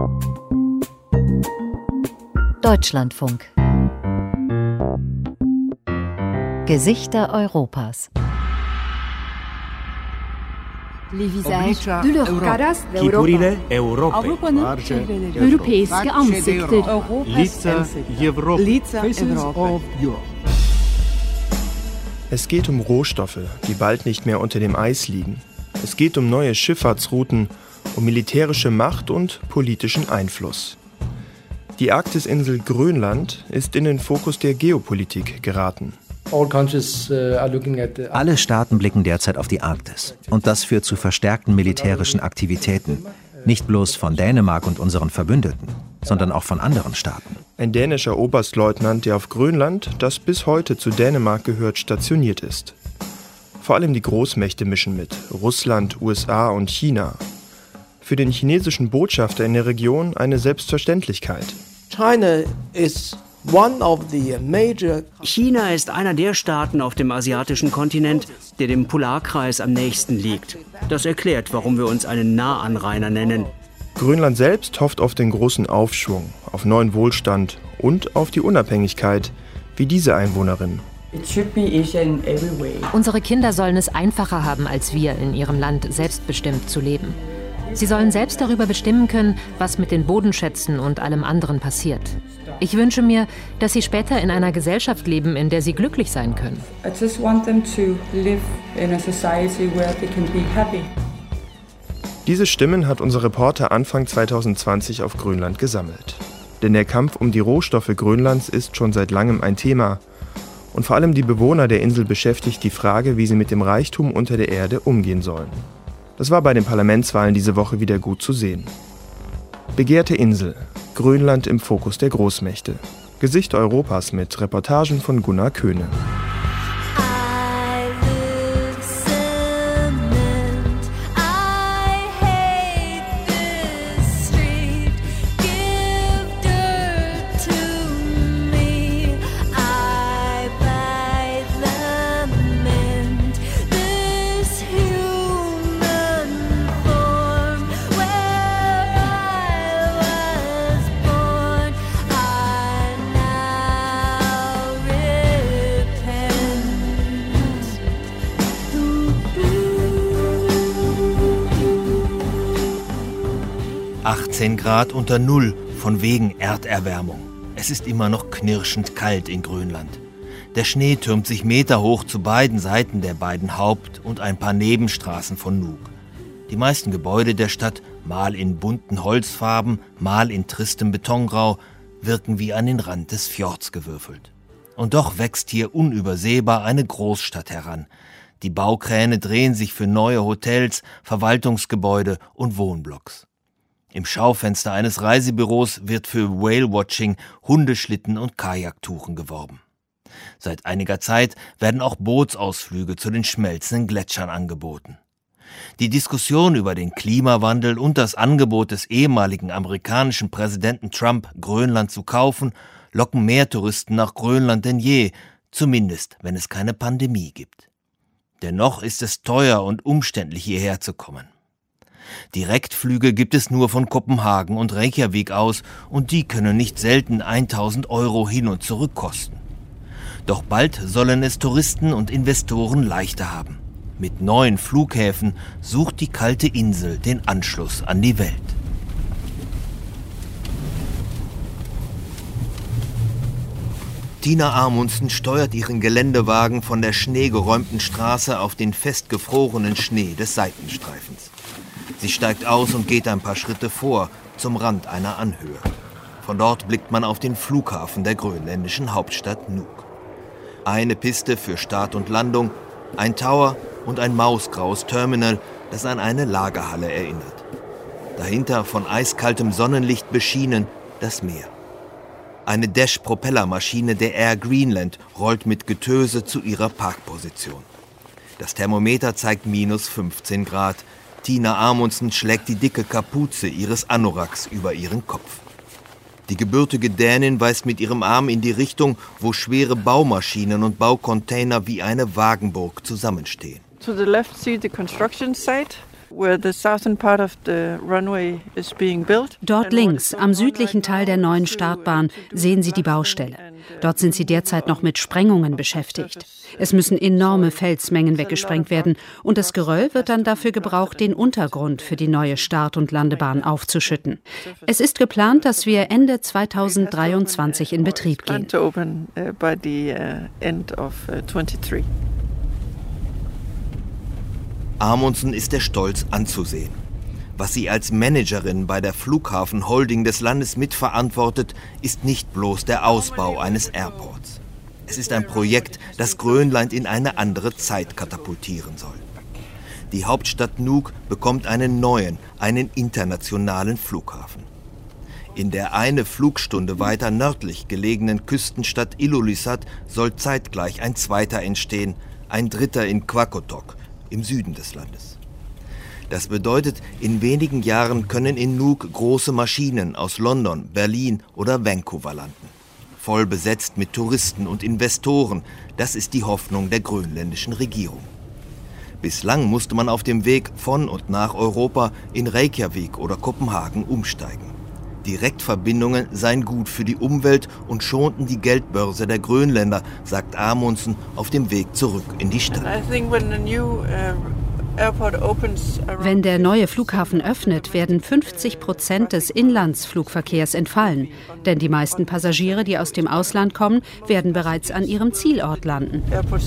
Deutschlandfunk. Gesichter Europas. Les visages de l'Europe. Chipurile Europe. Europeiske ansikter. Лица Европы. Es geht um Rohstoffe, die bald nicht mehr unter dem Eis liegen. Es geht um neue Schifffahrtsrouten, um militärische Macht und politischen Einfluss. Die Arktisinsel Grönland ist in den Fokus der Geopolitik geraten. Alle Staaten blicken derzeit auf die Arktis. Und das führt zu verstärkten militärischen Aktivitäten. Nicht bloß von Dänemark und unseren Verbündeten, sondern auch von anderen Staaten. Ein dänischer Oberstleutnant, der auf Grönland, das bis heute zu Dänemark gehört, stationiert ist. Vor allem die Großmächte mischen mit: Russland, USA und China. Für den chinesischen Botschafter in der Region eine Selbstverständlichkeit. China ist einer der Staaten auf dem asiatischen Kontinent, der dem Polarkreis am nächsten liegt. Das erklärt, warum wir uns einen Nahanrainer nennen. Grönland selbst hofft auf den großen Aufschwung, auf neuen Wohlstand und auf die Unabhängigkeit, wie diese Einwohnerin. Unsere Kinder sollen es einfacher haben als wir, in ihrem Land selbstbestimmt zu leben. Sie sollen selbst darüber bestimmen können, was mit den Bodenschätzen und allem anderen passiert. Ich wünsche mir, dass sie später in einer Gesellschaft leben, in der sie glücklich sein können. Diese Stimmen hat unser Reporter Anfang 2020 auf Grönland gesammelt. Denn der Kampf um die Rohstoffe Grönlands ist schon seit langem ein Thema. Und vor allem die Bewohner der Insel beschäftigt die Frage, wie sie mit dem Reichtum unter der Erde umgehen sollen. Das war bei den Parlamentswahlen diese Woche wieder gut zu sehen. Begehrte Insel, Grönland im Fokus der Großmächte. Gesicht Europas mit Reportagen von Gunnar Köhne. Grad unter Null von wegen Erderwärmung. Es ist immer noch knirschend kalt in Grönland. Der Schnee türmt sich meterhoch zu beiden Seiten der beiden Haupt- und ein paar Nebenstraßen von Nuuk. Die meisten Gebäude der Stadt, mal in bunten Holzfarben, mal in tristem Betongrau, wirken wie an den Rand des Fjords gewürfelt. Und doch wächst hier unübersehbar eine Großstadt heran. Die Baukräne drehen sich für neue Hotels, Verwaltungsgebäude und Wohnblocks. Im Schaufenster eines Reisebüros wird für Whale-Watching, Hundeschlitten und Kajaktouren geworben. Seit einiger Zeit werden auch Bootsausflüge zu den schmelzenden Gletschern angeboten. Die Diskussion über den Klimawandel und das Angebot des ehemaligen amerikanischen Präsidenten Trump, Grönland zu kaufen, locken mehr Touristen nach Grönland denn je, zumindest wenn es keine Pandemie gibt. Dennoch ist es teuer und umständlich, hierher zu kommen. Direktflüge gibt es nur von Kopenhagen und Reykjavik aus und die können nicht selten 1.000 € hin und zurück kosten. Doch bald sollen es Touristen und Investoren leichter haben. Mit neuen Flughäfen sucht die kalte Insel den Anschluss an die Welt. Tina Amundsen steuert ihren Geländewagen von der schneegeräumten Straße auf den festgefrorenen Schnee des Seitenstreifens. Sie steigt aus und geht ein paar Schritte vor, zum Rand einer Anhöhe. Von dort blickt man auf den Flughafen der grönländischen Hauptstadt Nuuk. Eine Piste für Start und Landung, ein Tower und ein mausgraues Terminal, das an eine Lagerhalle erinnert. Dahinter, von eiskaltem Sonnenlicht beschienen, das Meer. Eine Dash-Propellermaschine der Air Greenland rollt mit Getöse zu ihrer Parkposition. Das Thermometer zeigt -15 Grad. Tina Amundsen schlägt die dicke Kapuze ihres Anoraks über ihren Kopf. Die gebürtige Dänin weist mit ihrem Arm in die Richtung, wo schwere Baumaschinen und Baucontainer wie eine Wagenburg zusammenstehen. To the left see the construction site. Dort links, am südlichen Teil der neuen Startbahn, sehen Sie die Baustelle. Dort sind sie derzeit noch mit Sprengungen beschäftigt. Es müssen enorme Felsmengen weggesprengt werden und das Geröll wird dann dafür gebraucht, den Untergrund für die neue Start- und Landebahn aufzuschütten. Es ist geplant, dass wir Ende 2023 in Betrieb gehen. Amundsen ist der Stolz anzusehen. Was sie als Managerin bei der Flughafen-Holding des Landes mitverantwortet, ist nicht bloß der Ausbau eines Airports. Es ist ein Projekt, das Grönland in eine andere Zeit katapultieren soll. Die Hauptstadt Nuuk bekommt einen neuen, einen internationalen Flughafen. In der eine Flugstunde weiter nördlich gelegenen Küstenstadt Ilulissat soll zeitgleich ein zweiter entstehen, ein dritter in Qaqortoq, im Süden des Landes. Das bedeutet, in wenigen Jahren können in Nuuk große Maschinen aus London, Berlin oder Vancouver landen. Voll besetzt mit Touristen und Investoren, das ist die Hoffnung der grönländischen Regierung. Bislang musste man auf dem Weg von und nach Europa in Reykjavik oder Kopenhagen umsteigen. Direktverbindungen seien gut für die Umwelt und schonten die Geldbörse der Grönländer, sagt Amundsen auf dem Weg zurück in die Stadt. Wenn der neue Flughafen öffnet, werden 50% des Inlandsflugverkehrs entfallen. Denn die meisten Passagiere, die aus dem Ausland kommen, werden bereits an ihrem Zielort landen.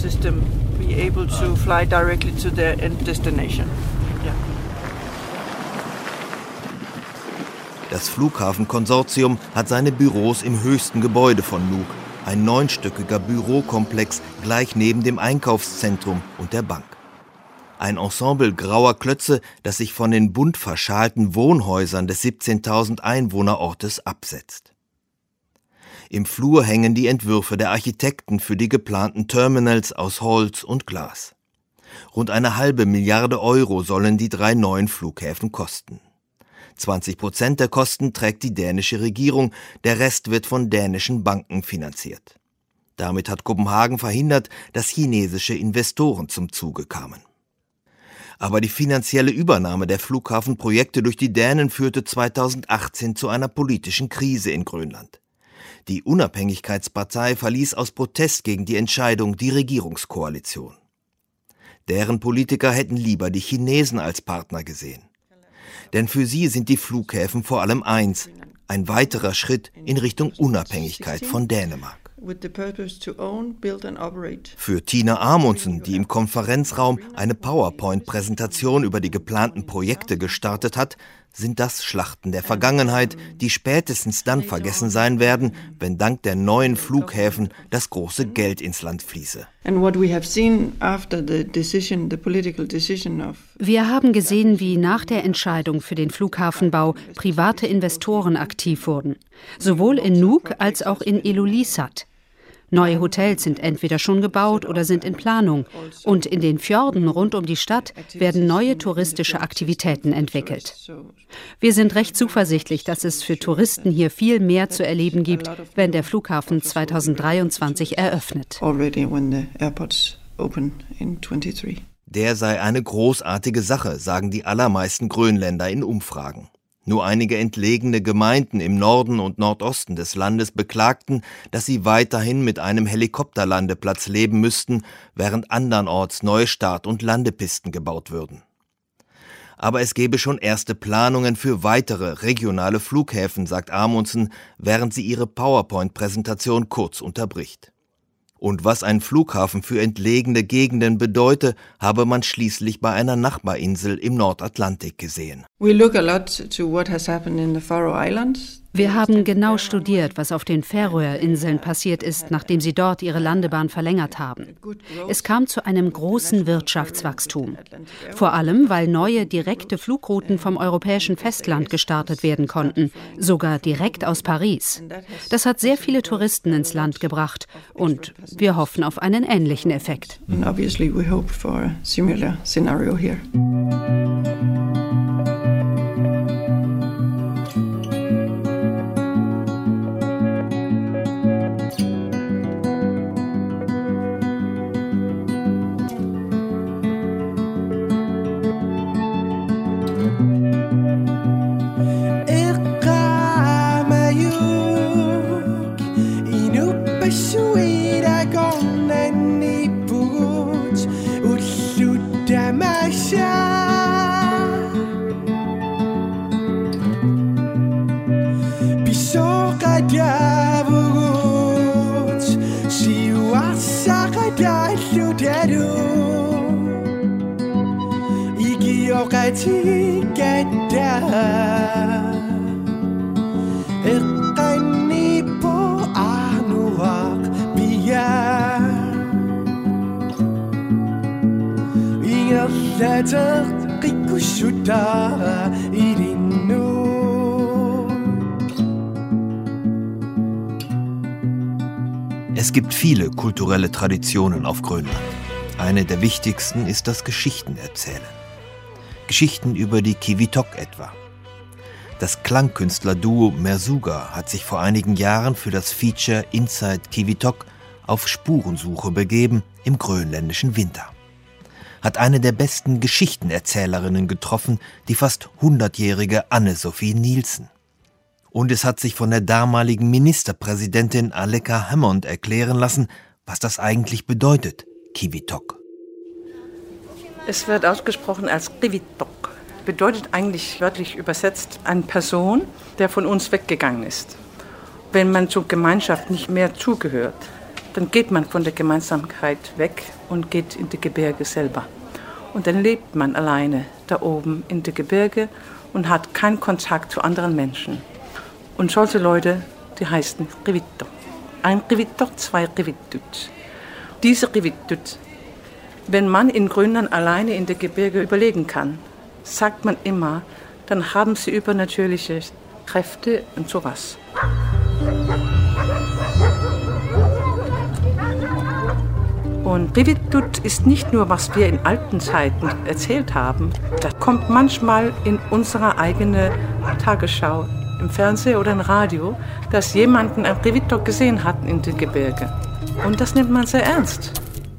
Das Flughafenkonsortium hat seine Büros im höchsten Gebäude von Nuuk, ein 9-stöckiger Bürokomplex gleich neben dem Einkaufszentrum und der Bank. Ein Ensemble grauer Klötze, das sich von den bunt verschalten Wohnhäusern des 17.000 Einwohnerortes absetzt. Im Flur hängen die Entwürfe der Architekten für die geplanten Terminals aus Holz und Glas. Rund 1,5 Milliarde Euro sollen die 3 neuen Flughäfen kosten. 20% der Kosten trägt die dänische Regierung, der Rest wird von dänischen Banken finanziert. Damit hat Kopenhagen verhindert, dass chinesische Investoren zum Zuge kamen. Aber die finanzielle Übernahme der Flughafenprojekte durch die Dänen führte 2018 zu einer politischen Krise in Grönland. Die Unabhängigkeitspartei verließ aus Protest gegen die Entscheidung die Regierungskoalition. Deren Politiker hätten lieber die Chinesen als Partner gesehen. Denn für sie sind die Flughäfen vor allem eins, ein weiterer Schritt in Richtung Unabhängigkeit von Dänemark. Für Tina Amundsen, die im Konferenzraum eine PowerPoint-Präsentation über die geplanten Projekte gestartet hat, sind das Schlachten der Vergangenheit, die spätestens dann vergessen sein werden, wenn dank der neuen Flughäfen das große Geld ins Land fließe. Wir haben gesehen, wie nach der Entscheidung für den Flughafenbau private Investoren aktiv wurden, sowohl in Nuuk als auch in Ilulissat. Neue Hotels sind entweder schon gebaut oder sind in Planung. Und in den Fjorden rund um die Stadt werden neue touristische Aktivitäten entwickelt. Wir sind recht zuversichtlich, dass es für Touristen hier viel mehr zu erleben gibt, wenn der Flughafen 2023 eröffnet. Der sei eine großartige Sache, sagen die allermeisten Grönländer in Umfragen. Nur einige entlegene Gemeinden im Norden und Nordosten des Landes beklagten, dass sie weiterhin mit einem Helikopterlandeplatz leben müssten, während andernorts neue Start- und Landepisten gebaut würden. Aber es gebe schon erste Planungen für weitere regionale Flughäfen, sagt Amundsen, während sie ihre PowerPoint-Präsentation kurz unterbricht. Und was ein Flughafen für entlegene Gegenden bedeute, habe man schließlich bei einer Nachbarinsel im Nordatlantik gesehen. Wir haben genau studiert, was auf den Färöerinseln passiert ist, nachdem sie dort ihre Landebahn verlängert haben. Es kam zu einem großen Wirtschaftswachstum. Vor allem, weil neue direkte Flugrouten vom europäischen Festland gestartet werden konnten, sogar direkt aus Paris. Das hat sehr viele Touristen ins Land gebracht und wir hoffen auf einen ähnlichen Effekt. 그대로 이 기억을 지겠다 이까니 보아누악 비야 이것을 끼고 싶다 이리누 Es gibt viele kulturelle Traditionen auf Grönland. Eine der wichtigsten ist das Geschichtenerzählen. Geschichten über die Qivittoq etwa. Das Klangkünstlerduo Mersuga hat sich vor einigen Jahren für das Feature Inside Qivittoq auf Spurensuche begeben im grönländischen Winter. Hat eine der besten Geschichtenerzählerinnen getroffen, die fast 100-jährige Anne-Sophie Nielsen. Und es hat sich von der damaligen Ministerpräsidentin Aleqa Hammond erklären lassen, was das eigentlich bedeutet, Qivittoq. Es wird ausgesprochen als Qivittoq. Bedeutet eigentlich wörtlich übersetzt eine Person, der von uns weggegangen ist. Wenn man zur Gemeinschaft nicht mehr zugehört, dann geht man von der Gemeinsamkeit weg und geht in die Gebirge selber. Und dann lebt man alleine da oben in den Gebirge und hat keinen Kontakt zu anderen Menschen. Und solche Leute, die heißen Qivittoq. Ein Qivittoq, zwei Qivittut. Diese Qivittut, wenn man in Grönland alleine in den Gebirge überleben kann, sagt man immer, dann haben sie übernatürliche Kräfte und sowas. Und Qivittut ist nicht nur, was wir in alten Zeiten erzählt haben. Das kommt manchmal in unserer eigenen Tagesschau, im Fernsehen oder im Radio, dass jemanden ein Qivittoq gesehen hat in den Gebirge. Und das nimmt man sehr ernst.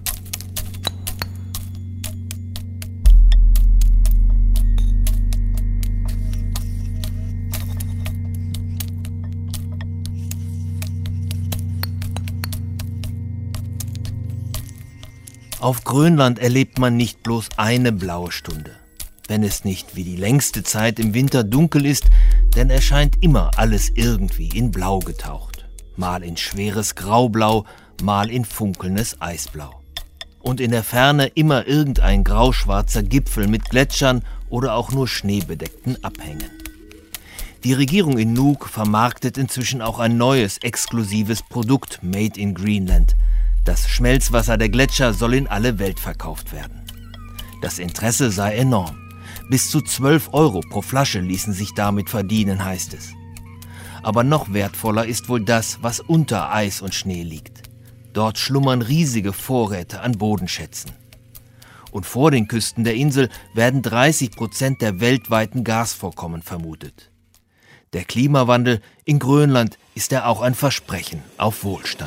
Auf Grönland erlebt man nicht bloß eine blaue Stunde. Wenn es nicht wie die längste Zeit im Winter dunkel ist, dann erscheint immer alles irgendwie in Blau getaucht. Mal in schweres Graublau, mal in funkelndes Eisblau. Und in der Ferne immer irgendein grauschwarzer Gipfel mit Gletschern oder auch nur schneebedeckten Abhängen. Die Regierung in Nuuk vermarktet inzwischen auch ein neues, exklusives Produkt Made in Greenland. Das Schmelzwasser der Gletscher soll in alle Welt verkauft werden. Das Interesse sei enorm. Bis zu 12 € pro Flasche ließen sich damit verdienen, heißt es. Aber noch wertvoller ist wohl das, was unter Eis und Schnee liegt. Dort schlummern riesige Vorräte an Bodenschätzen. Und vor den Küsten der Insel werden 30% der weltweiten Gasvorkommen vermutet. Der Klimawandel in Grönland ist ja auch ein Versprechen auf Wohlstand.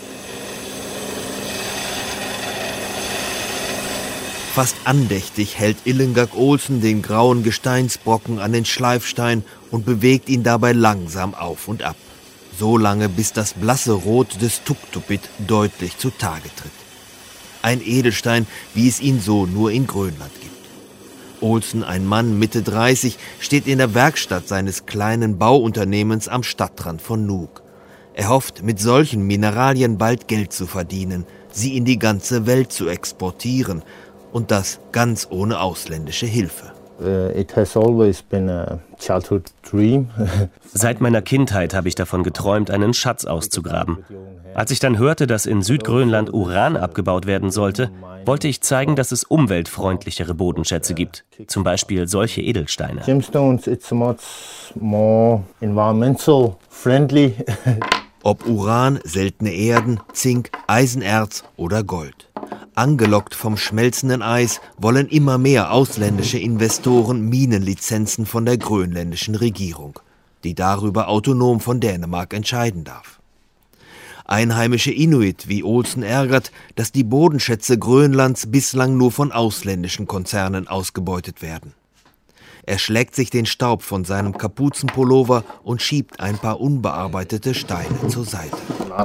Fast andächtig hält Illengag Olsen den grauen Gesteinsbrocken an den Schleifstein und bewegt ihn dabei langsam auf und ab. So lange, bis das blasse Rot des Tuktupit deutlich zutage tritt. Ein Edelstein, wie es ihn so nur in Grönland gibt. Olsen, ein Mann Mitte 30, steht in der Werkstatt seines kleinen Bauunternehmens am Stadtrand von Nuuk. Er hofft, mit solchen Mineralien bald Geld zu verdienen, sie in die ganze Welt zu exportieren. Und das ganz ohne ausländische Hilfe. It has always been a childhood dream. Seit meiner Kindheit habe ich davon geträumt, einen Schatz auszugraben. Als ich dann hörte, dass in Südgrönland Uran abgebaut werden sollte, wollte ich zeigen, dass es umweltfreundlichere Bodenschätze gibt. Zum Beispiel solche Edelsteine. Gemstones, it's much more environmental friendly. Ob Uran, seltene Erden, Zink, Eisenerz oder Gold. Angelockt vom schmelzenden Eis wollen immer mehr ausländische Investoren Minenlizenzen von der grönländischen Regierung, die darüber autonom von Dänemark entscheiden darf. Einheimische Inuit wie Olsen ärgert, dass die Bodenschätze Grönlands bislang nur von ausländischen Konzernen ausgebeutet werden. Er schlägt sich den Staub von seinem Kapuzenpullover und schiebt ein paar unbearbeitete Steine zur Seite.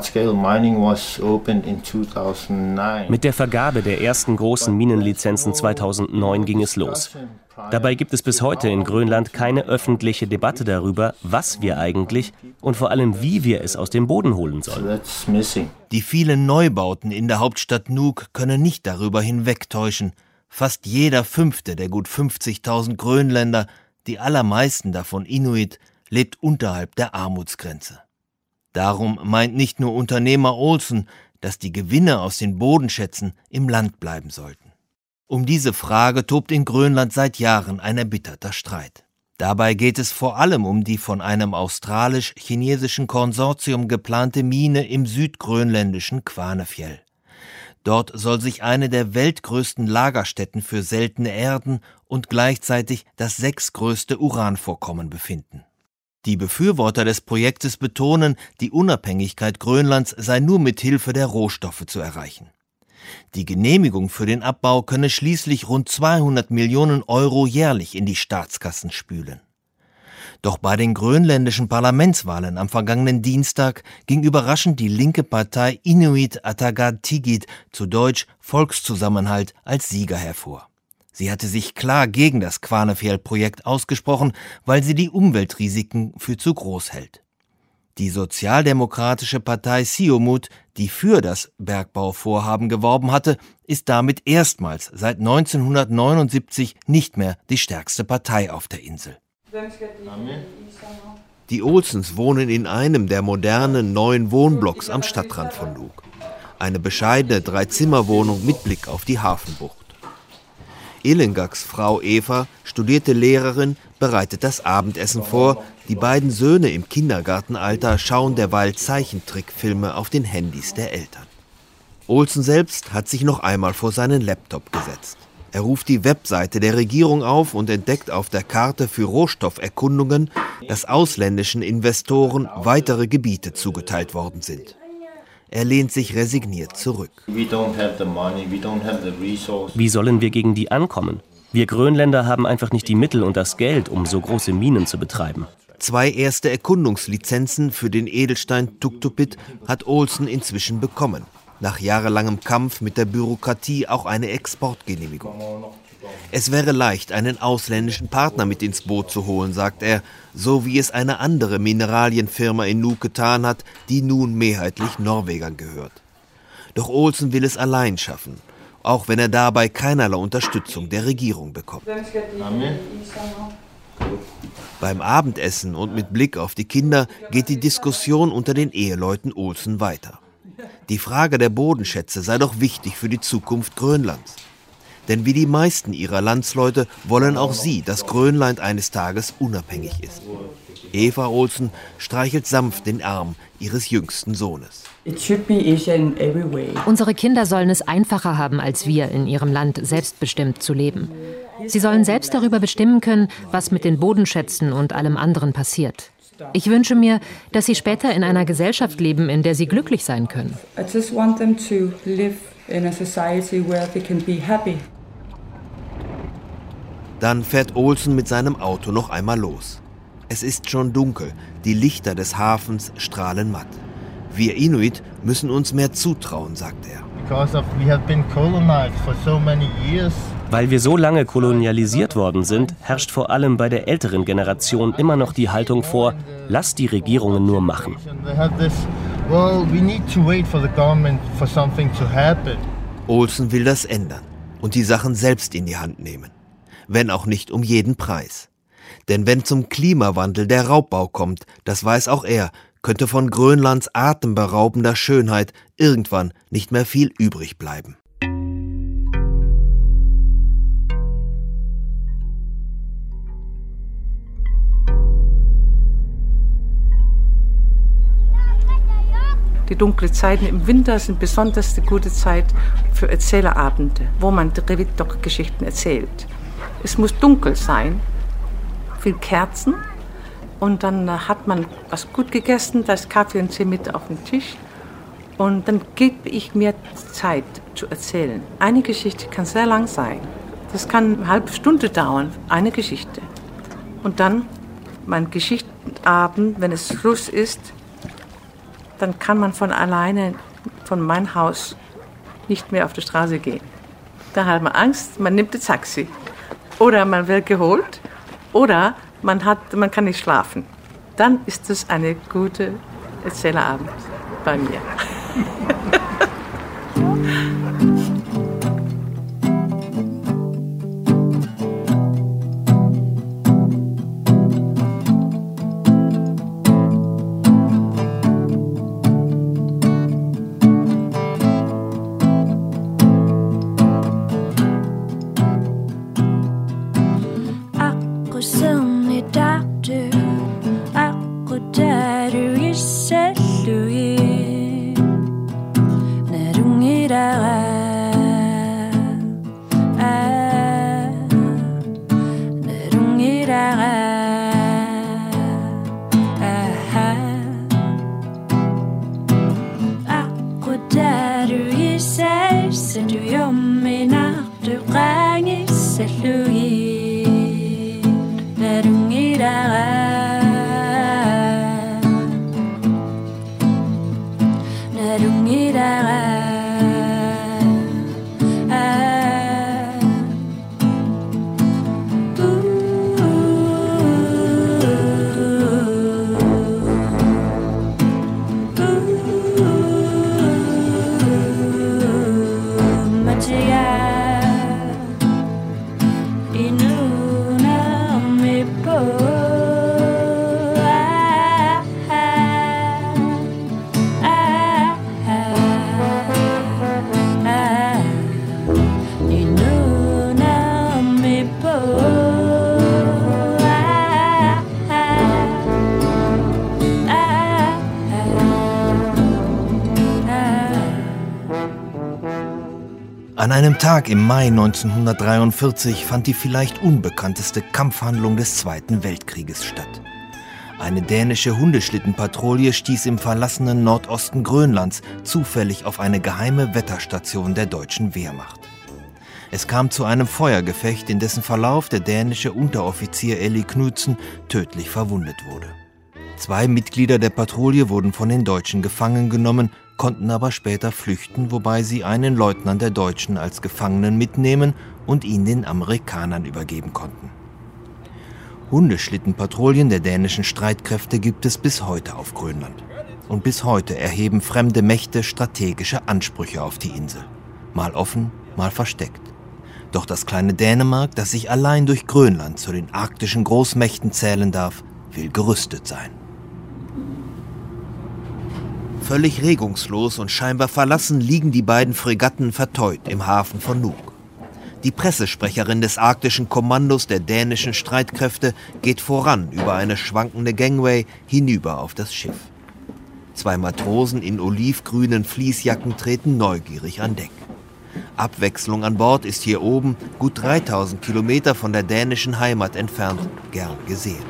Mit der Vergabe der ersten großen Minenlizenzen 2009 ging es los. Dabei gibt es bis heute in Grönland keine öffentliche Debatte darüber, was wir eigentlich und vor allem wie wir es aus dem Boden holen sollen. Die vielen Neubauten in der Hauptstadt Nuuk können nicht darüber hinwegtäuschen. Fast jeder Fünfte der gut 50.000 Grönländer, die allermeisten davon Inuit, lebt unterhalb der Armutsgrenze. Darum meint nicht nur Unternehmer Olsen, dass die Gewinne aus den Bodenschätzen im Land bleiben sollten. Um diese Frage tobt in Grönland seit Jahren ein erbitterter Streit. Dabei geht es vor allem um die von einem australisch-chinesischen Konsortium geplante Mine im südgrönländischen Kvanefjell. Dort soll sich eine der weltgrößten Lagerstätten für seltene Erden und gleichzeitig das 6. größte Uranvorkommen befinden. Die Befürworter des Projektes betonen, die Unabhängigkeit Grönlands sei nur mit Hilfe der Rohstoffe zu erreichen. Die Genehmigung für den Abbau könne schließlich rund 200 Millionen Euro jährlich in die Staatskassen spülen. Doch bei den grönländischen Parlamentswahlen am vergangenen Dienstag ging überraschend die linke Partei Inuit Ataqatigiit, zu Deutsch Volkszusammenhalt, als Sieger hervor. Sie hatte sich klar gegen das Kvanefjell-Projekt ausgesprochen, weil sie die Umweltrisiken für zu groß hält. Die sozialdemokratische Partei Siumut, die für das Bergbauvorhaben geworben hatte, ist damit erstmals seit 1979 nicht mehr die stärkste Partei auf der Insel. Die Olsens wohnen in einem der modernen neuen Wohnblocks am Stadtrand von Nuuk. Eine bescheidene 3-Zimmer-Wohnung mit Blick auf die Hafenbucht. Ilengaks Frau Eva, studierte Lehrerin, bereitet das Abendessen vor. Die beiden Söhne im Kindergartenalter schauen derweil Zeichentrickfilme auf den Handys der Eltern. Olsen selbst hat sich noch einmal vor seinen Laptop gesetzt. Er ruft die Webseite der Regierung auf und entdeckt auf der Karte für Rohstofferkundungen, dass ausländischen Investoren weitere Gebiete zugeteilt worden sind. Er lehnt sich resigniert zurück. Wie sollen wir gegen die ankommen? Wir Grönländer haben einfach nicht die Mittel und das Geld, um so große Minen zu betreiben. 2 erste Erkundungslizenzen für den Edelstein Tuktupit hat Olsen inzwischen bekommen. Nach jahrelangem Kampf mit der Bürokratie auch eine Exportgenehmigung. Es wäre leicht, einen ausländischen Partner mit ins Boot zu holen, sagt er, so wie es eine andere Mineralienfirma in Nuuk getan hat, die nun mehrheitlich Norwegern gehört. Doch Olsen will es allein schaffen, auch wenn er dabei keinerlei Unterstützung der Regierung bekommt. Beim Abendessen und mit Blick auf die Kinder geht die Diskussion unter den Eheleuten Olsen weiter. Die Frage der Bodenschätze sei doch wichtig für die Zukunft Grönlands. Denn wie die meisten ihrer Landsleute wollen auch sie, dass Grönland eines Tages unabhängig ist. Eva Olsen streichelt sanft den Arm ihres jüngsten Sohnes. Unsere Kinder sollen es einfacher haben als wir, in ihrem Land selbstbestimmt zu leben. Sie sollen selbst darüber bestimmen können, was mit den Bodenschätzen und allem anderen passiert. Ich wünsche mir, dass sie später in einer Gesellschaft leben, in der sie glücklich sein können. Dann fährt Olsen mit seinem Auto noch einmal los. Es ist schon dunkel, die Lichter des Hafens strahlen matt. Wir Inuit müssen uns mehr zutrauen, sagt er. Weil wir so lange kolonialisiert worden sind, herrscht vor allem bei der älteren Generation immer noch die Haltung vor, lass die Regierungen nur machen. Olsen will das ändern und die Sachen selbst in die Hand nehmen. Wenn auch nicht um jeden Preis. Denn wenn zum Klimawandel der Raubbau kommt, das weiß auch er, könnte von Grönlands atemberaubender Schönheit irgendwann nicht mehr viel übrig bleiben. Die dunklen Zeiten im Winter sind besonders eine gute Zeit für Erzählerabende, wo man Revittok-Geschichten erzählt. Es muss dunkel sein, viel Kerzen und dann hat man was gut gegessen, das Kaffee und Tee mit auf den Tisch und dann gebe ich mir Zeit zu erzählen. Eine Geschichte kann sehr lang sein. Das kann eine halbe Stunde dauern, eine Geschichte. Und dann, mein Geschichtenabend, wenn es Schluss ist, dann kann man von alleine von meinem Haus nicht mehr auf die Straße gehen. Da hat man Angst, man nimmt das Taxi. Oder man wird geholt. Oder man kann nicht schlafen. Dann ist es eine gute Erzählerabend bei mir. An einem Tag im Mai 1943 fand die vielleicht unbekannteste Kampfhandlung des Zweiten Weltkrieges statt. Eine dänische Hundeschlittenpatrouille stieß im verlassenen Nordosten Grönlands zufällig auf eine geheime Wetterstation der deutschen Wehrmacht. Es kam zu einem Feuergefecht, in dessen Verlauf der dänische Unteroffizier Elly Knudsen tödlich verwundet wurde. 2 Mitglieder der Patrouille wurden von den Deutschen gefangen genommen, konnten aber später flüchten, wobei sie einen Leutnant der Deutschen als Gefangenen mitnehmen und ihn den Amerikanern übergeben konnten. Hundeschlittenpatrouillen der dänischen Streitkräfte gibt es bis heute auf Grönland. Und bis heute erheben fremde Mächte strategische Ansprüche auf die Insel. Mal offen, mal versteckt. Doch das kleine Dänemark, das sich allein durch Grönland zu den arktischen Großmächten zählen darf, will gerüstet sein. Völlig regungslos und scheinbar verlassen liegen die beiden Fregatten verteut im Hafen von Nuuk. Die Pressesprecherin des arktischen Kommandos der dänischen Streitkräfte geht voran über eine schwankende Gangway hinüber auf das Schiff. 2 Matrosen in olivgrünen Fließjacken treten neugierig an Deck. Abwechslung an Bord ist hier oben, gut 3000 Kilometer von der dänischen Heimat entfernt, gern gesehen.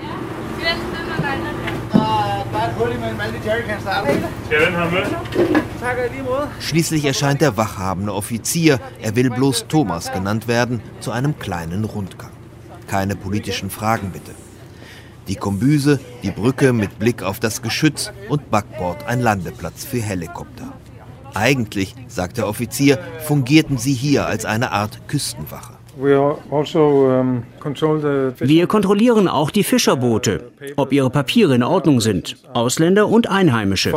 Schließlich erscheint der wachhabende Offizier, er will bloß Thomas genannt werden, zu einem kleinen Rundgang. Keine politischen Fragen bitte. Die Kombüse, die Brücke mit Blick auf das Geschütz und Backbord ein Landeplatz für Helikopter. Eigentlich, sagt der Offizier, fungierten sie hier als eine Art Küstenwache. Wir kontrollieren auch die Fischerboote, ob ihre Papiere in Ordnung sind, Ausländer und Einheimische.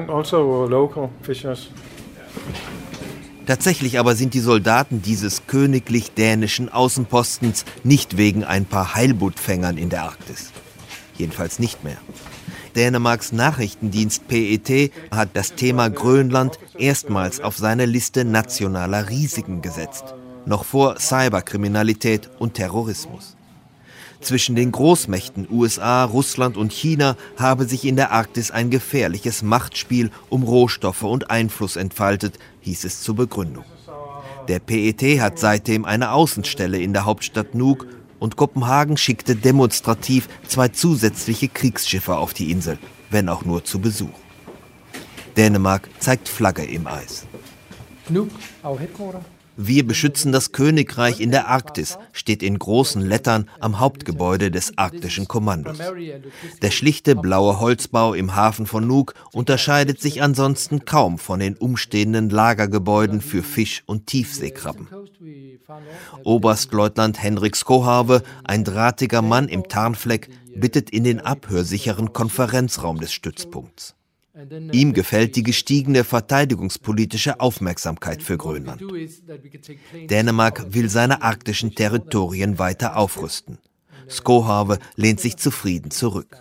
Tatsächlich aber sind die Soldaten dieses königlich dänischen Außenpostens nicht wegen ein paar Heilbuttfängern in der Arktis. Jedenfalls nicht mehr. Dänemarks Nachrichtendienst PET hat das Thema Grönland erstmals auf seine Liste nationaler Risiken gesetzt. Noch vor Cyberkriminalität und Terrorismus. Zwischen den Großmächten USA, Russland und China habe sich in der Arktis ein gefährliches Machtspiel um Rohstoffe und Einfluss entfaltet, hieß es zur Begründung. Der PET hat seitdem eine Außenstelle in der Hauptstadt Nuuk und Kopenhagen schickte demonstrativ 2 zusätzliche Kriegsschiffe auf die Insel, wenn auch nur zu Besuch. Dänemark zeigt Flagge im Eis. Nuuk, our headquarter. Wir beschützen das Königreich in der Arktis, steht in großen Lettern am Hauptgebäude des Arktischen Kommandos. Der schlichte blaue Holzbau im Hafen von Nuuk unterscheidet sich ansonsten kaum von den umstehenden Lagergebäuden für Fisch- und Tiefseekrabben. Oberstleutnant Henrik Skohave, ein drahtiger Mann im Tarnfleck, bittet in den abhörsicheren Konferenzraum des Stützpunkts. Ihm gefällt die gestiegene verteidigungspolitische Aufmerksamkeit für Grönland. Dänemark will seine arktischen Territorien weiter aufrüsten. Skohave lehnt sich zufrieden zurück.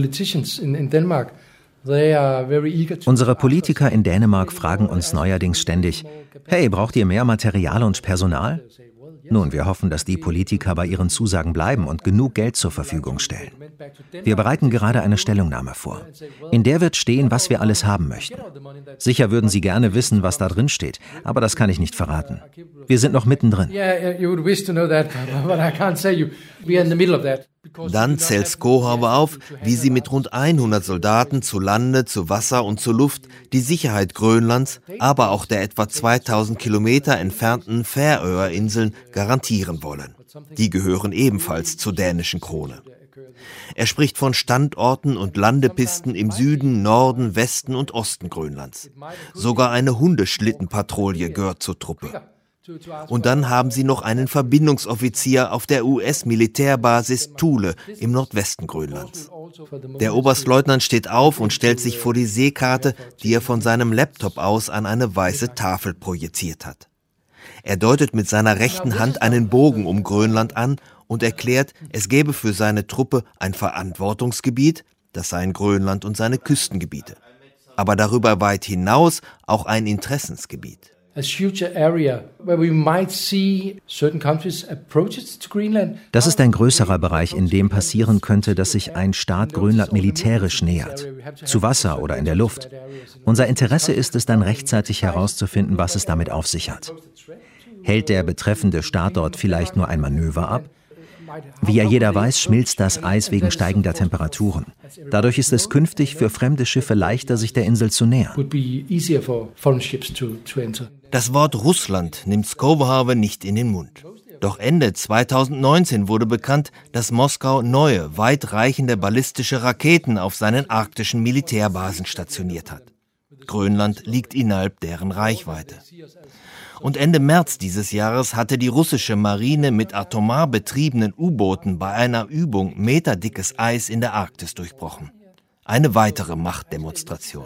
Unsere Politiker in Dänemark fragen uns neuerdings ständig: Hey, braucht ihr mehr Material und Personal? Nun, wir hoffen, dass die Politiker bei ihren Zusagen bleiben und genug Geld zur Verfügung stellen. Wir bereiten gerade eine Stellungnahme vor. In der wird stehen, was wir alles haben möchten. Sicher würden Sie gerne wissen, was da drin steht, aber das kann ich nicht verraten. Wir sind noch mittendrin. Dann zählt Skohave auf, wie sie mit rund 100 Soldaten zu Lande, zu Wasser und zur Luft die Sicherheit Grönlands, aber auch der etwa 2000 Kilometer entfernten Färöerinseln garantieren wollen. Die gehören ebenfalls zur dänischen Krone. Er spricht von Standorten und Landepisten im Süden, Norden, Westen und Osten Grönlands. Sogar eine Hundeschlittenpatrouille gehört zur Truppe. Und dann haben sie noch einen Verbindungsoffizier auf der US-Militärbasis Thule im Nordwesten Grönlands. Der Oberstleutnant steht auf und stellt sich vor die Seekarte, die er von seinem Laptop aus an eine weiße Tafel projiziert hat. Er deutet mit seiner rechten Hand einen Bogen um Grönland an und erklärt, es gäbe für seine Truppe ein Verantwortungsgebiet, das seien Grönland und seine Küstengebiete. Aber darüber weit hinaus auch ein Interessensgebiet. Das ist ein größerer Bereich, in dem passieren könnte, dass sich ein Staat Grönland militärisch nähert, zu Wasser oder in der Luft. Unser Interesse ist es dann rechtzeitig herauszufinden, was es damit auf sich hat. Hält der betreffende Staat dort vielleicht nur ein Manöver ab? Wie ja jeder weiß, schmilzt das Eis wegen steigender Temperaturen. Dadurch ist es künftig für fremde Schiffe leichter, sich der Insel zu nähern. Das Wort Russland nimmt Skohave nicht in den Mund. Doch Ende 2019 wurde bekannt, dass Moskau neue, weitreichende ballistische Raketen auf seinen arktischen Militärbasen stationiert hat. Grönland liegt innerhalb deren Reichweite. Und Ende März dieses Jahres hatte die russische Marine mit atomar betriebenen U-Booten bei einer Übung meterdickes Eis in der Arktis durchbrochen. Eine weitere Machtdemonstration.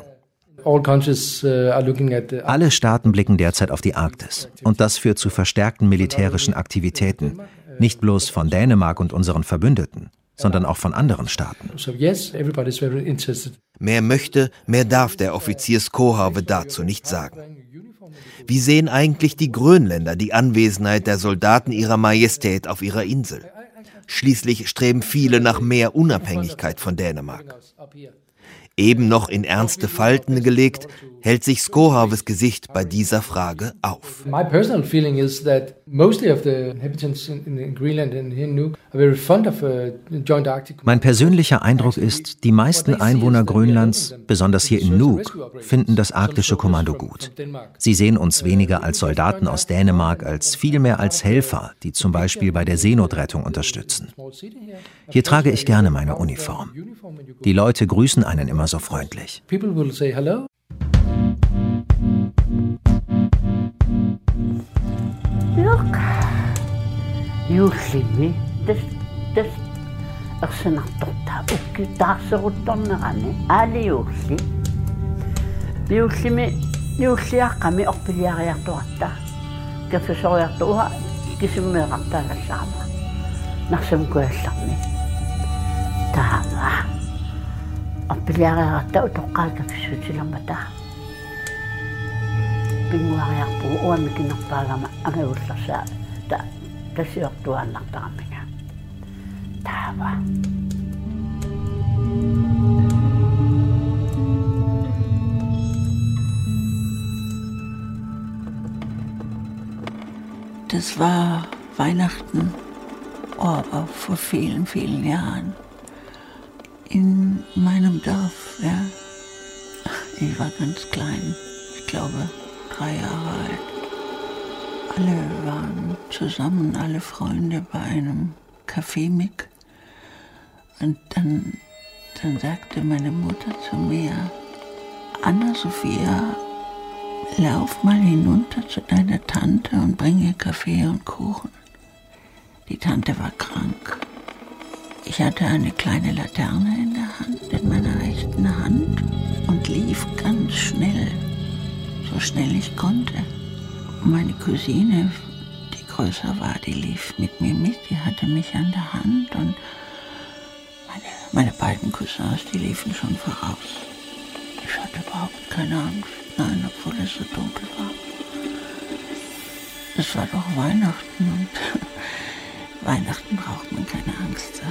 Alle Staaten blicken derzeit auf die Arktis. Und das führt zu verstärkten militärischen Aktivitäten. Nicht bloß von Dänemark und unseren Verbündeten, sondern auch von anderen Staaten. Mehr möchte, mehr darf der Offizier Skohave dazu nicht sagen. Wie sehen eigentlich die Grönländer die Anwesenheit der Soldaten ihrer Majestät auf ihrer Insel? Schließlich streben viele nach mehr Unabhängigkeit von Dänemark. Eben noch in ernste Falten gelegt, hält sich Skohaves Gesicht bei dieser Frage auf. Mein persönlicher Eindruck ist, die meisten Einwohner Grönlands, besonders hier in Nuuk, finden das arktische Kommando gut. Sie sehen uns weniger als Soldaten aus Dänemark, als vielmehr als Helfer, die zum Beispiel bei der Seenotrettung unterstützen. Hier trage ich gerne meine Uniform. Die Leute grüßen einen immer so freundlich. Look, you see me. Das aksenatota ukitaserutonnarani aliusli. Liusli akami oppiliariartuatta. Kafisoriartuha kisimumerartala sama. Naksamkuellami. Tama. Oppiliariarta utoqqaata fissutilamata. Pinguariarpu uamikinarpaagama angeullasa tasiortuaannartaqamiga. Tava. Das war Weihnachten, aber vor vielen, vielen Jahren. In meinem Dorf, ja. Ich war ganz klein, ich glaube 3 Jahre alt. Alle waren zusammen, alle Freunde bei einem Kaffeemik. Und dann sagte meine Mutter zu mir, Anna-Sophia, lauf mal hinunter zu deiner Tante und bring ihr Kaffee und Kuchen. Die Tante war krank. Ich hatte eine kleine Laterne in der Hand, in meiner rechten Hand, und lief ganz schnell, so schnell ich konnte. Meine Cousine, die größer war, die lief mit mir mit, die hatte mich an der Hand, und meine beiden Cousins, die liefen schon voraus. Ich hatte überhaupt keine Angst, nein, obwohl es so dunkel war. Es war doch Weihnachten, und Weihnachten braucht man keine Angst zu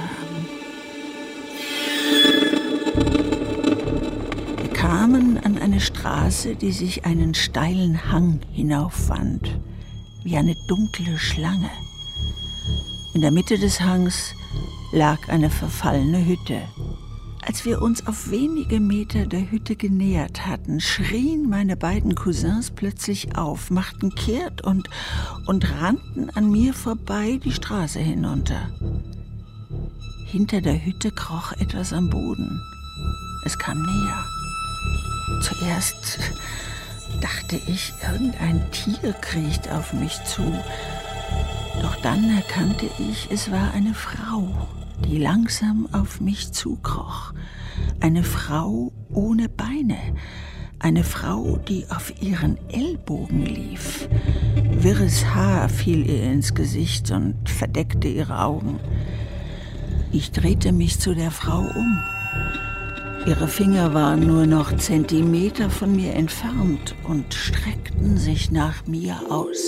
haben. Wir kamen an eine Straße, die sich einen steilen Hang hinaufwand, wie eine dunkle Schlange. In der Mitte des Hangs lag eine verfallene Hütte. Als wir uns auf wenige Meter der Hütte genähert hatten, schrien meine beiden Cousins plötzlich auf, machten kehrt und rannten an mir vorbei die Straße hinunter. Hinter der Hütte kroch etwas am Boden. Es kam näher. Zuerst dachte ich, irgendein Tier kriecht auf mich zu. Doch dann erkannte ich, es war eine Frau, die langsam auf mich zukroch. Eine Frau ohne Beine. Eine Frau, die auf ihren Ellbogen lief. Wirres Haar fiel ihr ins Gesicht und verdeckte ihre Augen. Ich drehte mich zu der Frau um. Ihre Finger waren nur noch Zentimeter von mir entfernt und streckten sich nach mir aus.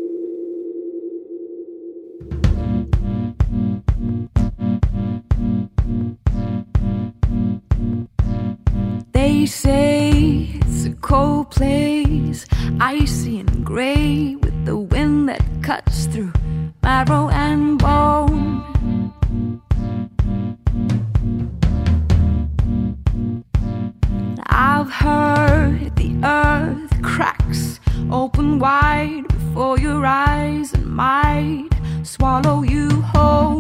They say it's a cold place, icy and gray, with the wind that cuts through marrow and bone. I've heard the earth cracks open wide before your eyes and might swallow you whole.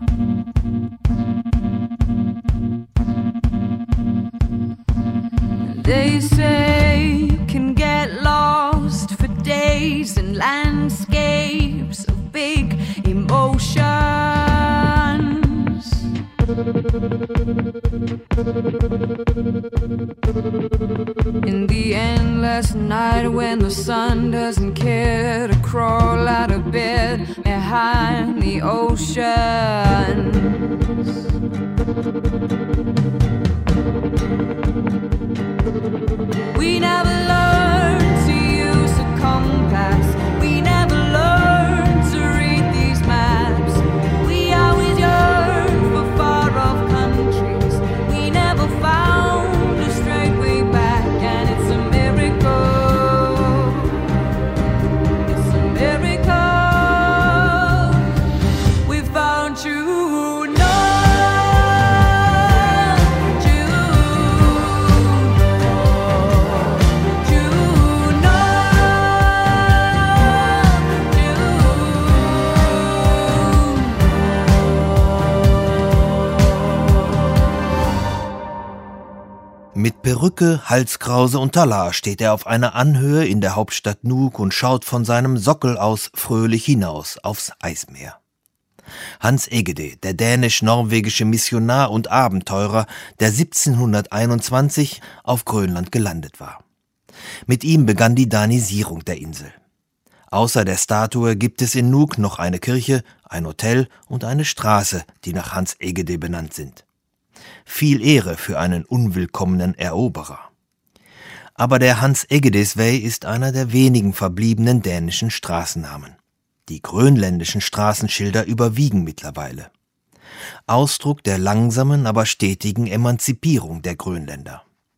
They say you can get lost for days in landscapes of big emotions. In the endless night when the sun doesn't care to crawl out of bed behind the oceans. We never learned to use a compass. We never learned to read these maps. We always yearn for far-off countries. We never found a straight way back, and it's a miracle. It's a miracle. We found you. Mit Perücke, Halskrause und Talar steht er auf einer Anhöhe in der Hauptstadt Nuuk und schaut von seinem Sockel aus fröhlich hinaus aufs Eismeer. Hans Egede, der dänisch-norwegische Missionar und Abenteurer, der 1721 auf Grönland gelandet war. Mit ihm begann die Danisierung der Insel. Außer der Statue gibt es in Nuuk noch eine Kirche, ein Hotel und eine Straße, die nach Hans Egede benannt sind. Viel Ehre für einen unwillkommenen Eroberer. Aber der Hans-Egedes-Vej ist einer der wenigen verbliebenen dänischen Straßennamen. Die grönländischen Straßenschilder überwiegen mittlerweile. Ausdruck der langsamen, aber stetigen Emanzipierung der Grönländer.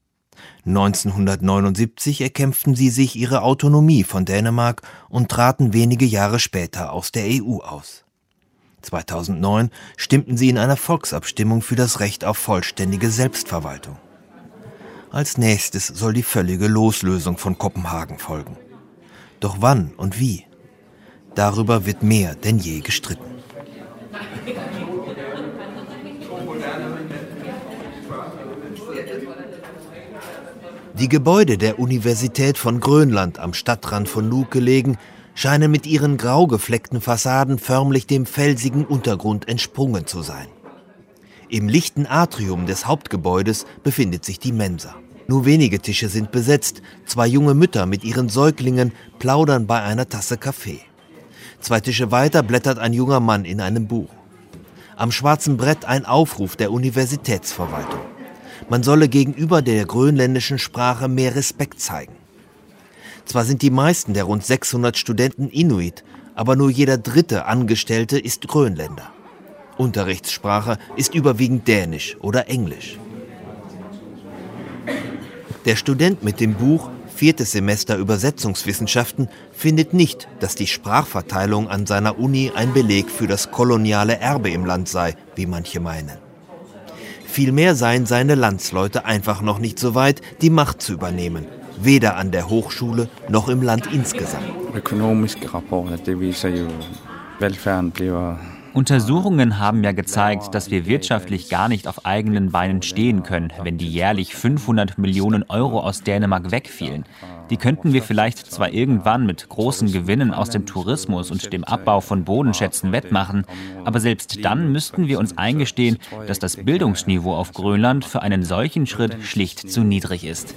1979 erkämpften sie sich ihre Autonomie von Dänemark und traten wenige Jahre später aus der EU aus. 2009 stimmten sie in einer Volksabstimmung für das Recht auf vollständige Selbstverwaltung. Als nächstes soll die völlige Loslösung von Kopenhagen folgen. Doch wann und wie? Darüber wird mehr denn je gestritten. Die Gebäude der Universität von Grönland, am Stadtrand von Nuuk gelegen, scheinen mit ihren grau gefleckten Fassaden förmlich dem felsigen Untergrund entsprungen zu sein. Im lichten Atrium des Hauptgebäudes befindet sich die Mensa. Nur wenige Tische sind besetzt, 2 junge Mütter mit ihren Säuglingen plaudern bei einer Tasse Kaffee. 2 Tische weiter blättert ein junger Mann in einem Buch. Am schwarzen Brett ein Aufruf der Universitätsverwaltung. Man solle gegenüber der grönländischen Sprache mehr Respekt zeigen. Zwar sind die meisten der rund 600 Studenten Inuit, aber nur jeder 3. Angestellte ist Grönländer. Unterrichtssprache ist überwiegend Dänisch oder Englisch. Der Student mit dem Buch 4. Semester Übersetzungswissenschaften findet nicht, dass die Sprachverteilung an seiner Uni ein Beleg für das koloniale Erbe im Land sei, wie manche meinen. Vielmehr seien seine Landsleute einfach noch nicht so weit, die Macht zu übernehmen, weder an der Hochschule noch im Land insgesamt. Untersuchungen haben ja gezeigt, dass wir wirtschaftlich gar nicht auf eigenen Beinen stehen können, wenn die jährlich 500 Millionen Euro aus Dänemark wegfielen. Die könnten wir vielleicht zwar irgendwann mit großen Gewinnen aus dem Tourismus und dem Abbau von Bodenschätzen wettmachen, aber selbst dann müssten wir uns eingestehen, dass das Bildungsniveau auf Grönland für einen solchen Schritt schlicht zu niedrig ist.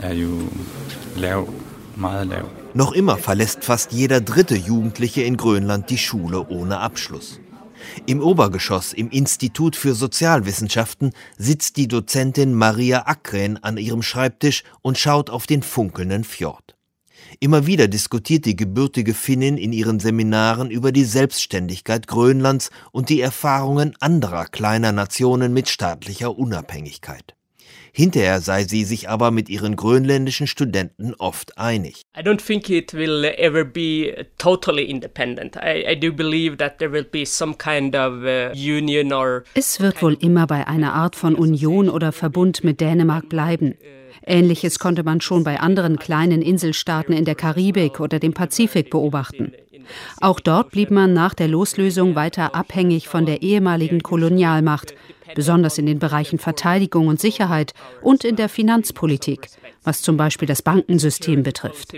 Noch immer verlässt fast jeder 3. Jugendliche in Grönland die Schule ohne Abschluss. Im Obergeschoss im Institut für Sozialwissenschaften sitzt die Dozentin Maria Akren an ihrem Schreibtisch und schaut auf den funkelnden Fjord. Immer wieder diskutiert die gebürtige Finnin in ihren Seminaren über die Selbstständigkeit Grönlands und die Erfahrungen anderer kleiner Nationen mit staatlicher Unabhängigkeit. Hinterher sei sie sich aber mit ihren grönländischen Studenten oft einig. I don't think it will ever be totally independent. I do believe that there will be some kind of union or. Es wird wohl immer bei einer Art von Union oder Verbund mit Dänemark bleiben. Ähnliches konnte man schon bei anderen kleinen Inselstaaten in der Karibik oder dem Pazifik beobachten. Auch dort blieb man nach der Loslösung weiter abhängig von der ehemaligen Kolonialmacht, besonders in den Bereichen Verteidigung und Sicherheit und in der Finanzpolitik, was zum Beispiel das Bankensystem betrifft.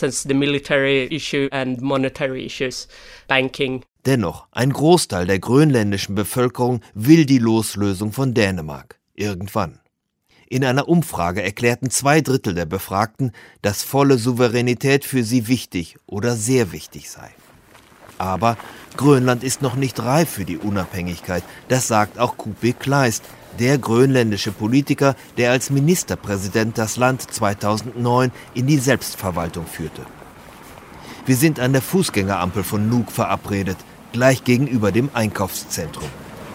Dennoch, ein Großteil der grönländischen Bevölkerung will die Loslösung von Dänemark. Irgendwann. In einer Umfrage erklärten 2/3 der Befragten, dass volle Souveränität für sie wichtig oder sehr wichtig sei. Aber Grönland ist noch nicht reif für die Unabhängigkeit, das sagt auch Kupi Kleist, der grönländische Politiker, der als Ministerpräsident das Land 2009 in die Selbstverwaltung führte. Wir sind an der Fußgängerampel von Nuuk verabredet, gleich gegenüber dem Einkaufszentrum.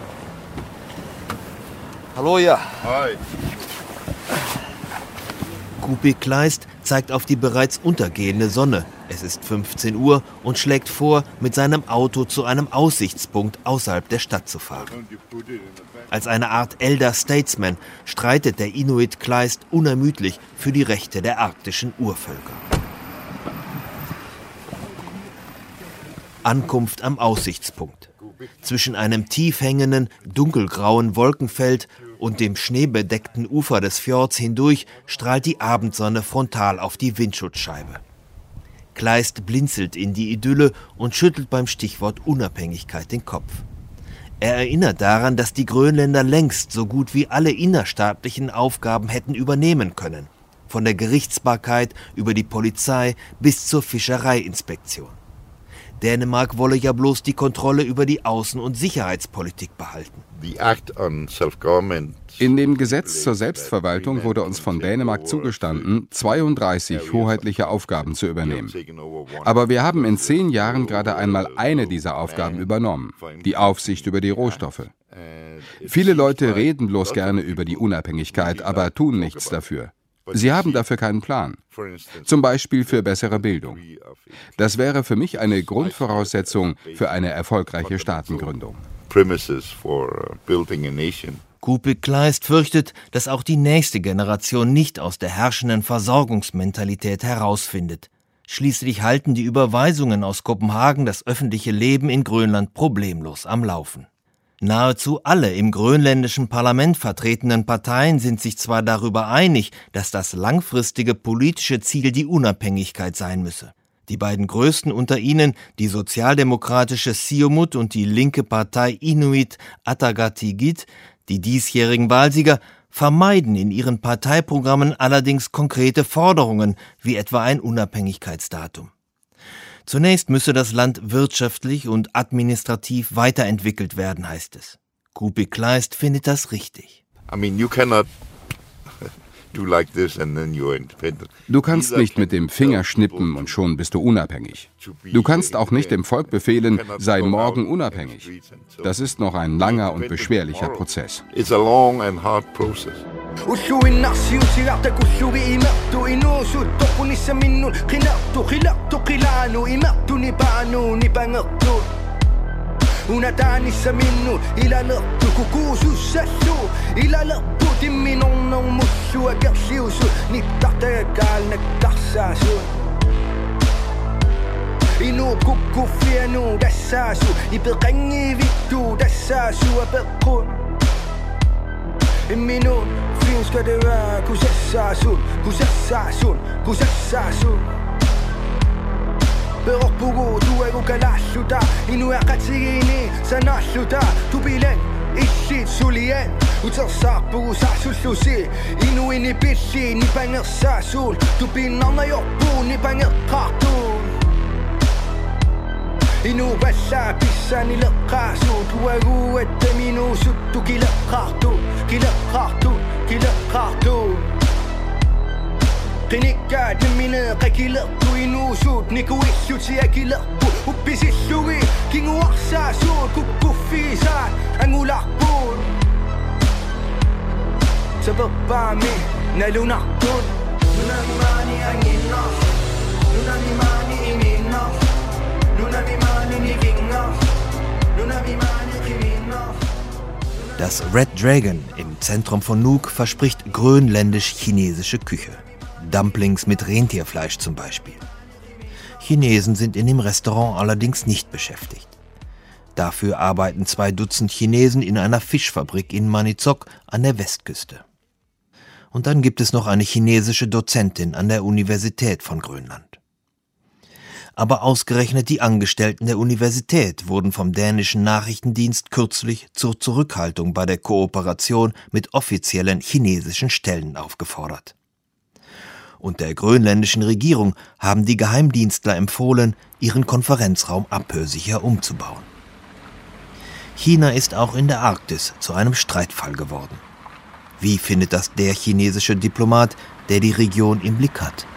Hallo, ja. Hi. Kupi Kleist zeigt auf die bereits untergehende Sonne. Es ist 15 Uhr und schlägt vor, mit seinem Auto zu einem Aussichtspunkt außerhalb der Stadt zu fahren. Als eine Art Elder Statesman streitet der Inuit Kleist unermüdlich für die Rechte der arktischen Urvölker. Ankunft am Aussichtspunkt. Zwischen einem tief hängenden, dunkelgrauen Wolkenfeld und dem schneebedeckten Ufer des Fjords hindurch strahlt die Abendsonne frontal auf die Windschutzscheibe. Kleist blinzelt in die Idylle und schüttelt beim Stichwort Unabhängigkeit den Kopf. Er erinnert daran, dass die Grönländer längst so gut wie alle innerstaatlichen Aufgaben hätten übernehmen können. Von der Gerichtsbarkeit über die Polizei bis zur Fischereiinspektion. Dänemark wolle ja bloß die Kontrolle über die Außen- und Sicherheitspolitik behalten. In dem Gesetz zur Selbstverwaltung wurde uns von Dänemark zugestanden, 32 hoheitliche Aufgaben zu übernehmen. Aber wir haben in 10 Jahren gerade einmal eine dieser Aufgaben übernommen, die Aufsicht über die Rohstoffe. Viele Leute reden bloß gerne über die Unabhängigkeit, aber tun nichts dafür. Sie haben dafür keinen Plan. Zum Beispiel für bessere Bildung. Das wäre für mich eine Grundvoraussetzung für eine erfolgreiche Staatengründung. Kupi Kleist fürchtet, dass auch die nächste Generation nicht aus der herrschenden Versorgungsmentalität herausfindet. Schließlich halten die Überweisungen aus Kopenhagen das öffentliche Leben in Grönland problemlos am Laufen. Nahezu alle im grönländischen Parlament vertretenen Parteien sind sich zwar darüber einig, dass das langfristige politische Ziel die Unabhängigkeit sein müsse. Die beiden größten unter ihnen, die sozialdemokratische Siumut und die linke Partei Inuit Ataqatigiit, die diesjährigen Wahlsieger, vermeiden in ihren Parteiprogrammen allerdings konkrete Forderungen, wie etwa ein Unabhängigkeitsdatum. Zunächst müsse das Land wirtschaftlich und administrativ weiterentwickelt werden, heißt es. Kupi Kleist findet das richtig. Du kannst nicht mit dem Finger schnippen und schon bist du unabhängig. Du kannst auch nicht dem Volk befehlen, sei morgen unabhängig. Das ist noch ein langer und beschwerlicher Prozess. Unatanissa minnu ilalertu kukuusussallu ilalerpu timminonnong mussua kersiusu nittartagaalnak tarsaasu inu kukkufianu dassaasu ipeqangi vittu dassaasu apeqqun imminun finska det var kusassaasun Perokpugu tuegu kalassuta inuaqatigini sanalluta tupilen issit sulien utersaarpugu saasullusi inuini pilli nipangersaasul tupinnarnajorpu nipangeqqaartuun inu palla pissanileqqaasu tuagu attaminuusut tukileqqaartuun Qinikkaat nimine qakilertu inuusut nikuissuti akilerpu uppisillugi kinguarsaasuut kukkuffiisaat angularpuun Sabappaami nalunartun Nunamimaani anginnar Nunamimaani iminnar Nunamimaani nivingar Nunamimaani qiminnar Das Red Dragon im Zentrum von Nuuk verspricht grönländisch-chinesische Küche. Dumplings mit Rentierfleisch zum Beispiel. Chinesen sind in dem Restaurant allerdings nicht beschäftigt. Dafür arbeiten 2 Dutzend Chinesen in einer Fischfabrik in Maniitsoq an der Westküste. Und dann gibt es noch eine chinesische Dozentin an der Universität von Grönland. Aber ausgerechnet die Angestellten der Universität wurden vom dänischen Nachrichtendienst kürzlich zur Zurückhaltung bei der Kooperation mit offiziellen chinesischen Stellen aufgefordert. Und der grönländischen Regierung haben die Geheimdienstler empfohlen, ihren Konferenzraum abhörsicher umzubauen. China ist auch in der Arktis zu einem Streitfall geworden. Wie findet das der chinesische Diplomat, der die Region im Blick hat?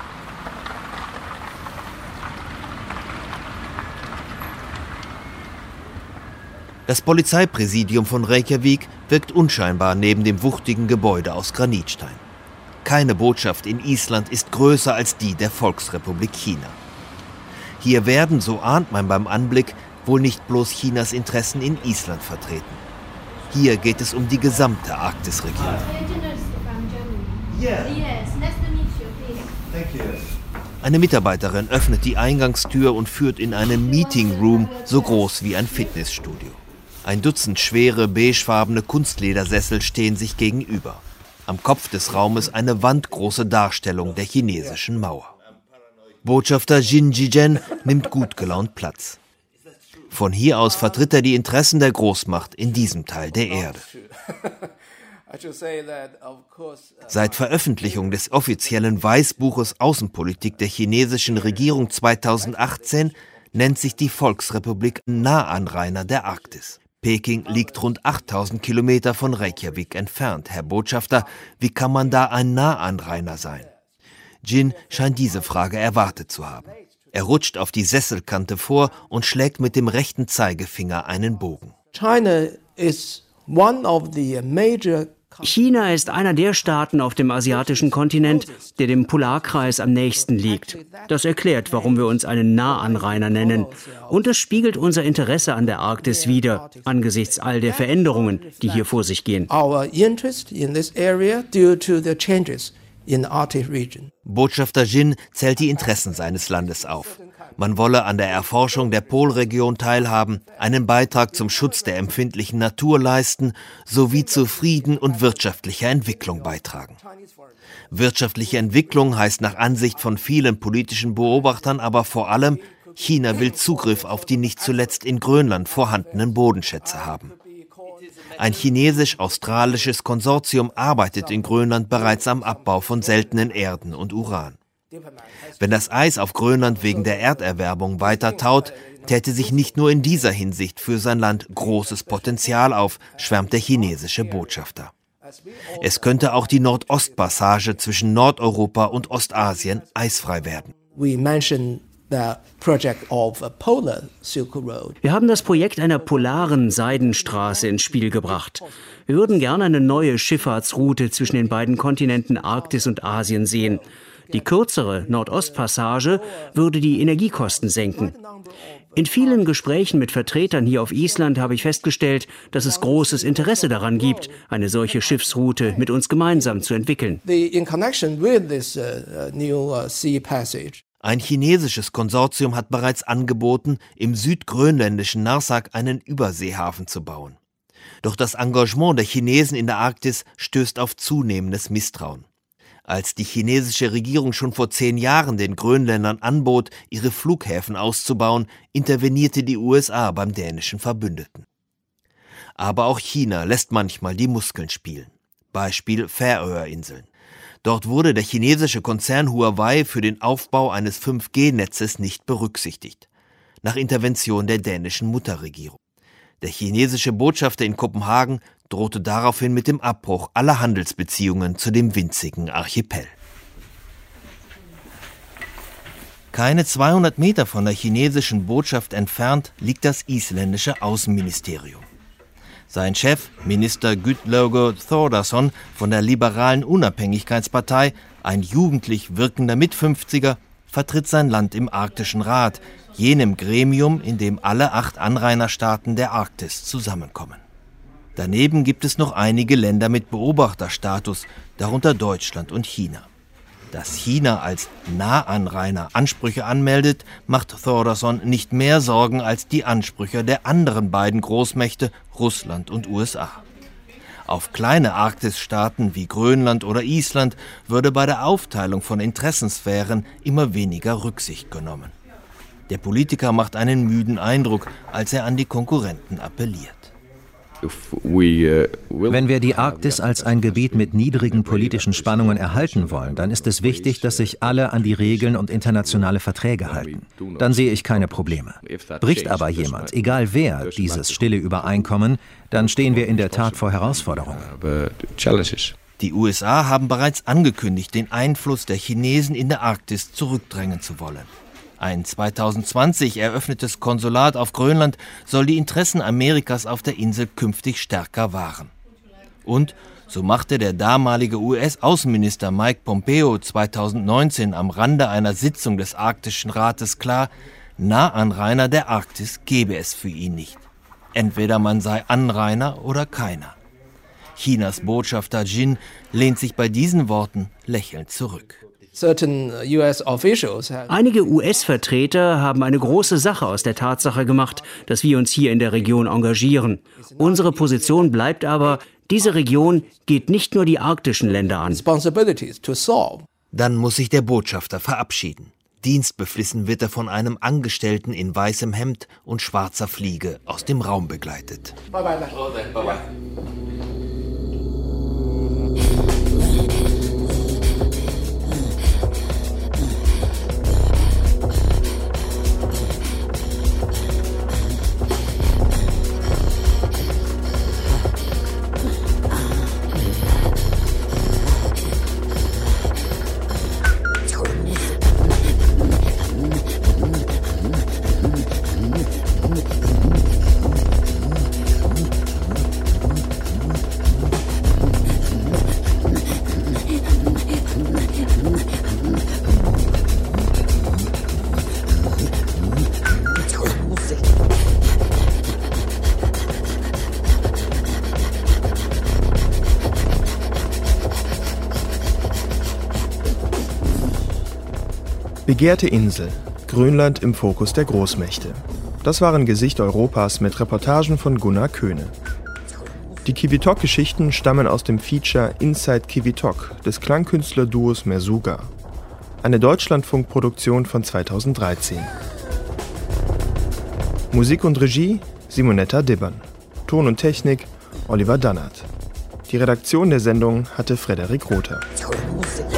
Das Polizeipräsidium von Reykjavik wirkt unscheinbar neben dem wuchtigen Gebäude aus Granitstein. Keine Botschaft in Island ist größer als die der Volksrepublik China. Hier werden, so ahnt man beim Anblick, wohl nicht bloß Chinas Interessen in Island vertreten. Hier geht es um die gesamte Arktisregion. Eine Mitarbeiterin öffnet die Eingangstür und führt in einen Meeting Room so groß wie ein Fitnessstudio. 1 Dutzend schwere, beigefarbene Kunstledersessel stehen sich gegenüber. Am Kopf des Raumes eine wandgroße Darstellung der chinesischen Mauer. Botschafter Jin Ji-jen nimmt gut gelaunt Platz. Von hier aus vertritt er die Interessen der Großmacht in diesem Teil der Erde. Seit Veröffentlichung des offiziellen Weißbuches Außenpolitik der chinesischen Regierung 2018 nennt sich die Volksrepublik Nahanrainer der Arktis. Peking liegt rund 8000 Kilometer von Reykjavik entfernt. Herr Botschafter, wie kann man da ein Nahanrainer sein? Jin scheint diese Frage erwartet zu haben. Er rutscht auf die Sesselkante vor und schlägt mit dem rechten Zeigefinger einen Bogen. China ist einer der Staaten auf dem asiatischen Kontinent, der dem Polarkreis am nächsten liegt. Das erklärt, warum wir uns einen Nahanrainer nennen. Und es spiegelt unser Interesse an der Arktis wider, angesichts all der Veränderungen, die hier vor sich gehen. Botschafter Jin zählt die Interessen seines Landes auf. Man wolle an der Erforschung der Polregion teilhaben, einen Beitrag zum Schutz der empfindlichen Natur leisten sowie zu Frieden und wirtschaftlicher Entwicklung beitragen. Wirtschaftliche Entwicklung heißt nach Ansicht von vielen politischen Beobachtern aber vor allem, China will Zugriff auf die nicht zuletzt in Grönland vorhandenen Bodenschätze haben. Ein chinesisch-australisches Konsortium arbeitet in Grönland bereits am Abbau von seltenen Erden und Uran. Wenn das Eis auf Grönland wegen der Erderwärmung weiter taut, täte sich nicht nur in dieser Hinsicht für sein Land großes Potenzial auf, schwärmt der chinesische Botschafter. Es könnte auch die Nordostpassage zwischen Nordeuropa und Ostasien eisfrei werden. Wir haben das Projekt einer polaren Seidenstraße ins Spiel gebracht. Wir würden gerne eine neue Schifffahrtsroute zwischen den beiden Kontinenten Arktis und Asien sehen. Die kürzere Nordostpassage würde die Energiekosten senken. In vielen Gesprächen mit Vertretern hier auf Island habe ich festgestellt, dass es großes Interesse daran gibt, eine solche Schiffsroute mit uns gemeinsam zu entwickeln. Ein chinesisches Konsortium hat bereits angeboten, im südgrönländischen Narsaq einen Überseehafen zu bauen. Doch das Engagement der Chinesen in der Arktis stößt auf zunehmendes Misstrauen. Als die chinesische Regierung schon vor 10 Jahren den Grönländern anbot, ihre Flughäfen auszubauen, intervenierte die USA beim dänischen Verbündeten. Aber auch China lässt manchmal die Muskeln spielen. Beispiel Färöerinseln. Dort wurde der chinesische Konzern Huawei für den Aufbau eines 5G-Netzes nicht berücksichtigt, nach Intervention der dänischen Mutterregierung. Der chinesische Botschafter in Kopenhagen drohte daraufhin mit dem Abbruch aller Handelsbeziehungen zu dem winzigen Archipel. Keine 200 Meter von der chinesischen Botschaft entfernt liegt das isländische Außenministerium. Sein Chef, Minister Gudlaugur Thordarson von der liberalen Unabhängigkeitspartei, ein jugendlich wirkender Mit-50er, vertritt sein Land im Arktischen Rat, jenem Gremium, in dem alle 8 Anrainerstaaten der Arktis zusammenkommen. Daneben gibt es noch einige Länder mit Beobachterstatus, darunter Deutschland und China. Dass China als Nahanrainer Ansprüche anmeldet, macht Thordarson nicht mehr Sorgen als die Ansprüche der anderen beiden Großmächte, Russland und USA. Auf kleine Arktisstaaten wie Grönland oder Island würde bei der Aufteilung von Interessensphären immer weniger Rücksicht genommen. Der Politiker macht einen müden Eindruck, als er an die Konkurrenten appelliert. Wenn wir die Arktis als ein Gebiet mit niedrigen politischen Spannungen erhalten wollen, dann ist es wichtig, dass sich alle an die Regeln und internationale Verträge halten. Dann sehe ich keine Probleme. Bricht aber jemand, egal wer, dieses stille Übereinkommen, dann stehen wir in der Tat vor Herausforderungen. Die USA haben bereits angekündigt, den Einfluss der Chinesen in der Arktis zurückdrängen zu wollen. Ein 2020 eröffnetes Konsulat auf Grönland soll die Interessen Amerikas auf der Insel künftig stärker wahren. Und, so machte der damalige US-Außenminister Mike Pompeo 2019 am Rande einer Sitzung des Arktischen Rates klar, Nahanrainer der Arktis gebe es für ihn nicht. Entweder man sei Anrainer oder keiner. Chinas Botschafter Jin lehnt sich bei diesen Worten lächelnd zurück. Einige US-Vertreter haben eine große Sache aus der Tatsache gemacht, dass wir uns hier in der Region engagieren. Unsere Position bleibt aber, diese Region geht nicht nur die arktischen Länder an. Dann muss sich der Botschafter verabschieden. Dienstbeflissen wird er von einem Angestellten in weißem Hemd und schwarzer Fliege aus dem Raum begleitet. Bye bye. Bye bye. Begehrte Insel, Grönland im Fokus der Großmächte. Das waren Gesichter Europas mit Reportagen von Gunnar Köhne. Die Kivitok-Geschichten stammen aus dem Feature Inside Kivitok des Klangkünstlerduos Mersuga. Eine Deutschlandfunkproduktion von 2013. Musik und Regie Simonetta Dibbern. Ton und Technik Oliver Dannert. Die Redaktion der Sendung hatte Frederik Rother.